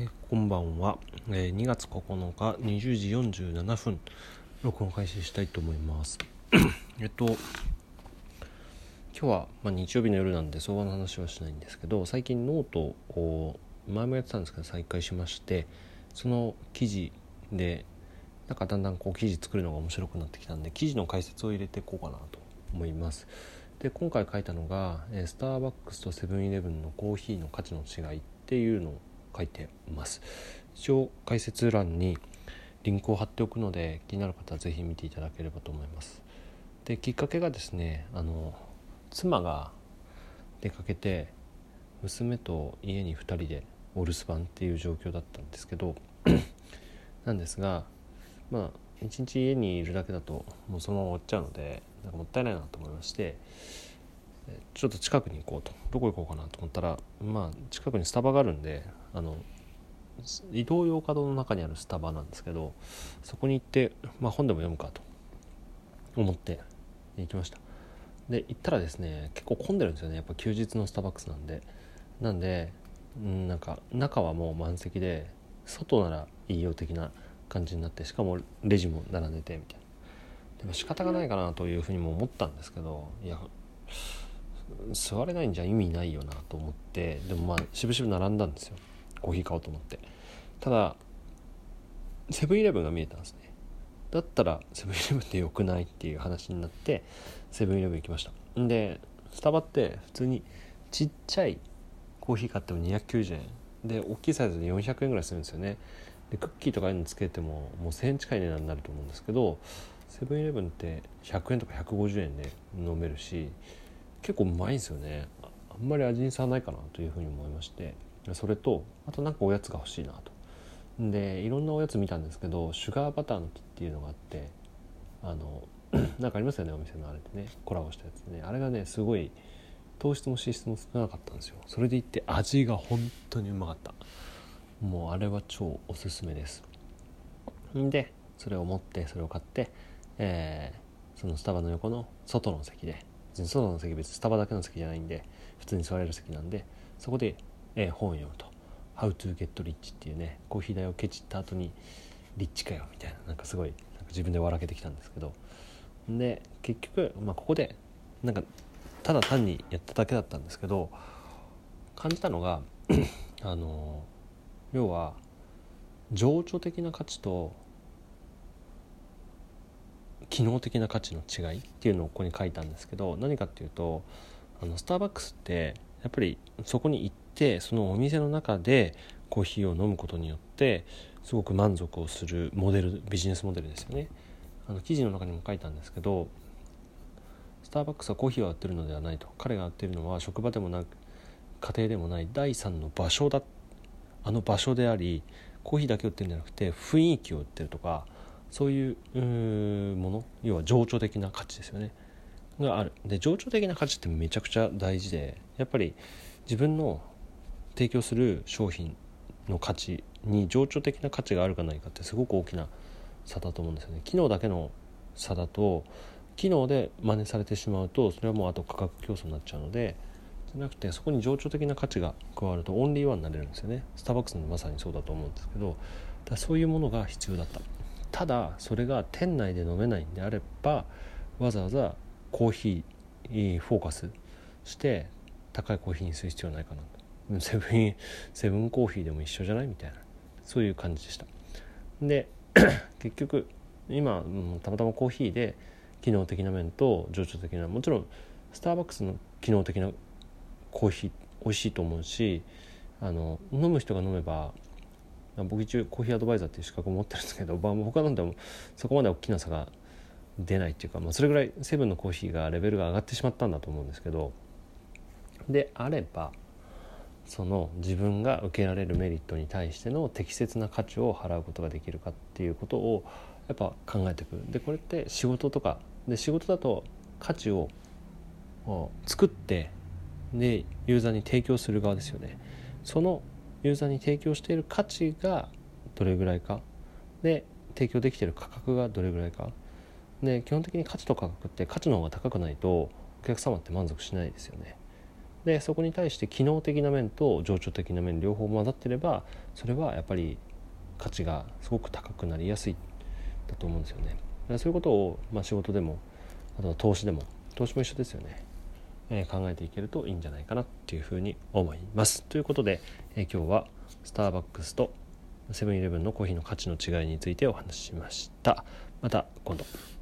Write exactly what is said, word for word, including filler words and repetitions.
えーこんばんは、えーにがつここのかにじゅうじよんじゅうななふん録音開始したいと思いますえっと今日は、まあ、日曜日の夜なんで相場の話はしないんですけど、最近ノートを前もやってたんですけど再開しまして、その記事でなんかだんだんこう記事作るのが面白くなってきたんで、記事の解説を入れていこうかなと思います。で今回書いたのがスターバックスとセブンイレブンのコーヒーの価値の違いっていうのを書いています。一応解説欄にリンクを貼っておくので、気になる方はぜひ見ていただければと思います。できっかけがですね、あの妻が出かけて娘と家にふたりでお留守番っていう状況だったんですけどなんですが、まあ一日家にいるだけだともうそのまま終わっちゃうので、なんかもったいないなと思いまして、ちょっと近くに行こうと、どこ行こうかなと思ったら、まあ近くにスタバがあるんで、あの移動洋華堂の中にあるスタバなんですけど、そこに行って、まあ、本でも読むかと思って行きました。で行ったらですね、結構混んでるんですよね。やっぱ休日のスタバックスなんでなんでんなんか中はもう満席で、外ならいいよ的な感じになって、しかもレジも並んでてみたいな。でも仕方がないかなというふうにも思ったんですけど、いや座れないんじゃ意味ないよなと思って、でもまあしぶしぶ並んだんですよ、コーヒー買おうと思って。ただセブンイレブンが見えたんですね。だったらセブンイレブンでよくないっていう話になってセブンイレブン行きました。でスタバって普通にちっちゃいコーヒー買ってもにひゃくきゅうじゅうえんで、大きいサイズでよんひゃくえんぐらいするんですよね。でクッキーとかいうのつけてももうせんえん近い値段になると思うんですけど、セブンイレブンってひゃくえんとかひゃくごじゅうえんで飲めるし、結構うまいんですよね。あんまり味に差はないかなというふうに思いまして、それとあとなんかおやつが欲しいなと。でいろんなおやつ見たんですけど、シュガーバターの木っていうのがあって、あのなんかありますよね、お店のあれでね、コラボしたやつね。あれがねすごい糖質も脂質も少なかったんですよ。それでいって味が本当にうまかった。もうあれは超おすすめです。んでそれを持ってそれを買って、えー、そのスタバの横の外の席で、外の席別にスタバだけの席じゃないんで普通に座れる席なんで、そこで、えー、本を読むと。How to get rich っていうね、コーヒー代をケチった後にリッチかよみたいな、なんかすごいなんか自分で笑けてきたんですけど、で結局、まあ、ここでなんかただ単にやっただけだったんですけど、感じたのがあの要は情緒的な価値と機能的な価値の違いっていうのをここに書いたんですけど、何かっていうと、あのスターバックスってやっぱりそこに行って、そのお店の中でコーヒーを飲むことによってすごく満足をするモデル、ビジネスモデルですよね。あの記事の中にも書いたんですけど、スターバックスはコーヒーを売ってるのではないと。彼が売ってるのは職場でもなく家庭でもない第三の場所だ、あの場所であり、コーヒーだけ売ってるんじゃなくて雰囲気を売ってるとか、そういう、うーもの、要は情緒的な価値ですよねがある。で情緒的な価値ってめちゃくちゃ大事で、やっぱり自分の提供する商品の価値に情緒的な価値があるかないかってすごく大きな差だと思うんですよね。機能だけの差だと、機能で真似されてしまうとそれはもうあと価格競争になっちゃうので、じゃなくてそこに情緒的な価値が加わるとオンリーワンになれるんですよね。スターバックスのまさにそうだと思うんですけど、だそういうものが必要だった。ただそれが店内で飲めないんであれば、わざわざコーヒーフォーカスして高いコーヒーにする必要ないかなと。セブンセブンコーヒーでも一緒じゃないみたいな、そういう感じでした。で結局今、うん、たまたまコーヒーで機能的な面と情緒的な、もちろんスターバックスの機能的なコーヒー美味しいと思うし、あの飲む人が飲めば、僕一応コーヒーアドバイザーっていう資格を持ってるんですけど、まあ、他のでもそこまで大きな差が出ないっていうか、まあ、それぐらいセブンのコーヒーがレベルが上がってしまったんだと思うんですけど、であればその自分が受けられるメリットに対しての適切な価値を払うことができるかっていうことをやっぱ考えていく。でこれって仕事とかで、仕事だと価値を作ってでユーザーに提供する側ですよね。そのユーザーに提供している価値がどれぐらいかで、提供できている価格がどれぐらいかで、基本的に価値と価格って価値の方が高くないとお客様って満足しないですよね。 でそこに対して機能的な面と情緒的な面両方混ざってれば、それはやっぱり価値がすごく高くなりやすいだと思うんですよね。だからそういうことを、まあ、仕事でもあとは投資でも投資も一緒ですよね、えー、考えていけるといいんじゃないかなっていうふうに思います。ということで、えー、今日はスターバックスとセブンイレブンのコーヒーの価値の違いについてお話ししました。また今度。